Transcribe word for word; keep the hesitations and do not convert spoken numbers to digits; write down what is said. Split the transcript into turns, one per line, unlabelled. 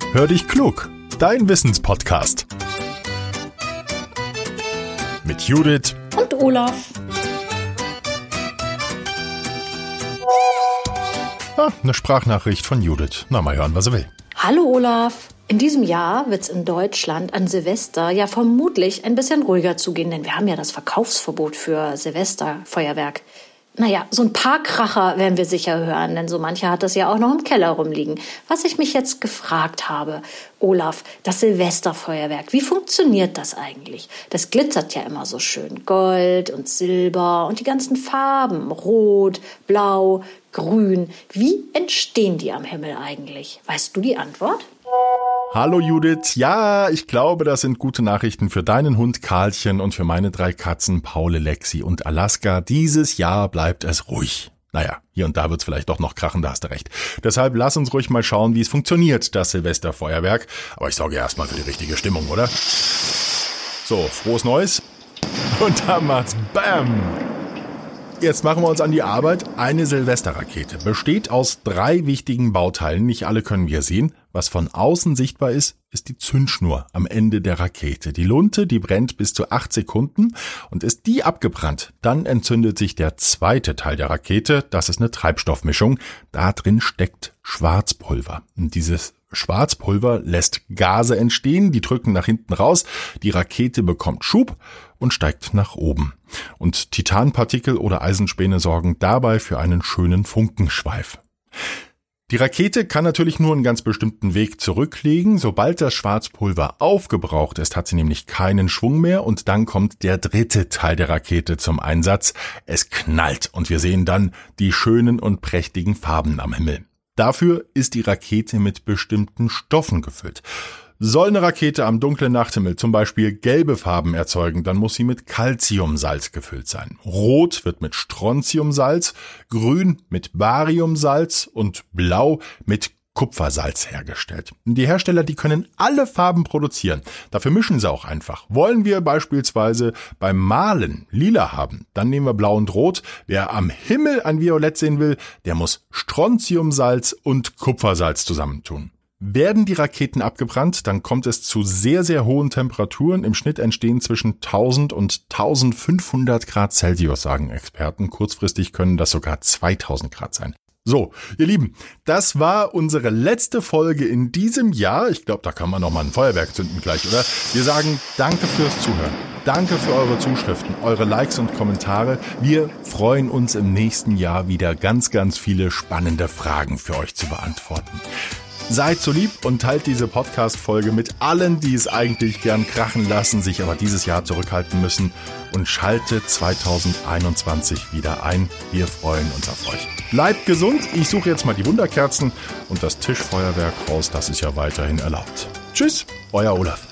Hör dich klug, dein Wissenspodcast. Mit Judith
und Olaf.
Ah, eine Sprachnachricht von Judith. Na, mal hören, was er will.
Hallo Olaf. In diesem Jahr wird es in Deutschland an Silvester ja vermutlich ein bisschen ruhiger zugehen, denn wir haben ja das Verkaufsverbot für Silvesterfeuerwerk. Naja, so ein paar Kracher werden wir sicher hören, denn so mancher hat das ja auch noch im Keller rumliegen. Was ich mich jetzt gefragt habe, Olaf, das Silvesterfeuerwerk, wie funktioniert das eigentlich? Das glitzert ja immer so schön, Gold und Silber und die ganzen Farben, Rot, Blau, Grün. Wie entstehen die am Himmel eigentlich? Weißt du die Antwort?
Hallo Judith, ja, ich glaube, das sind gute Nachrichten für deinen Hund Karlchen und für meine drei Katzen Paule, Lexi und Alaska. Dieses Jahr bleibt es ruhig. Naja, hier und da wird's vielleicht doch noch krachen, da hast du recht. Deshalb lass uns ruhig mal schauen, wie es funktioniert, das Silvesterfeuerwerk. Aber ich sorge erstmal für die richtige Stimmung, oder? So, frohes Neues. Und da macht's BAM! Jetzt machen wir uns an die Arbeit. Eine Silvesterrakete besteht aus drei wichtigen Bauteilen. Nicht alle können wir sehen. Was von außen sichtbar ist, ist die Zündschnur am Ende der Rakete. Die Lunte, die brennt bis zu acht Sekunden und ist die abgebrannt, dann entzündet sich der zweite Teil der Rakete. Das ist eine Treibstoffmischung. Da drin steckt Schwarzpulver. Und dieses Schwarzpulver lässt Gase entstehen, die drücken nach hinten raus. Die Rakete bekommt Schub und steigt nach oben. Und Titanpartikel oder Eisenspäne sorgen dabei für einen schönen Funkenschweif. Die Rakete kann natürlich nur einen ganz bestimmten Weg zurücklegen. Sobald das Schwarzpulver aufgebraucht ist, hat sie nämlich keinen Schwung mehr und dann kommt der dritte Teil der Rakete zum Einsatz. Es knallt und wir sehen dann die schönen und prächtigen Farben am Himmel. Dafür ist die Rakete mit bestimmten Stoffen gefüllt. Soll eine Rakete am dunklen Nachthimmel zum Beispiel gelbe Farben erzeugen, dann muss sie mit Calciumsalz gefüllt sein. Rot wird mit Strontiumsalz, grün mit Bariumsalz und blau mit Kupfersalz hergestellt. Die Hersteller, die können alle Farben produzieren. Dafür mischen sie auch einfach. Wollen wir beispielsweise beim Malen lila haben, dann nehmen wir blau und rot. Wer am Himmel ein Violett sehen will, der muss Strontiumsalz und Kupfersalz zusammentun. Werden die Raketen abgebrannt, dann kommt es zu sehr, sehr hohen Temperaturen. Im Schnitt entstehen zwischen tausend und eintausendfünfhundert Grad Celsius, sagen Experten. Kurzfristig können das sogar zweitausend Grad sein. So, ihr Lieben, das war unsere letzte Folge in diesem Jahr. Ich glaube, da kann man noch mal ein Feuerwerk zünden gleich, oder? Wir sagen danke fürs Zuhören. Danke für eure Zuschriften, eure Likes und Kommentare. Wir freuen uns im nächsten Jahr wieder ganz, ganz viele spannende Fragen für euch zu beantworten. Seid so lieb und teilt diese Podcast-Folge mit allen, die es eigentlich gern krachen lassen, sich aber dieses Jahr zurückhalten müssen, und schaltet zwanzig einundzwanzig wieder ein. Wir freuen uns auf euch. Bleibt gesund. Ich suche jetzt mal die Wunderkerzen und das Tischfeuerwerk raus. Das ist ja weiterhin erlaubt. Tschüss, euer Olaf.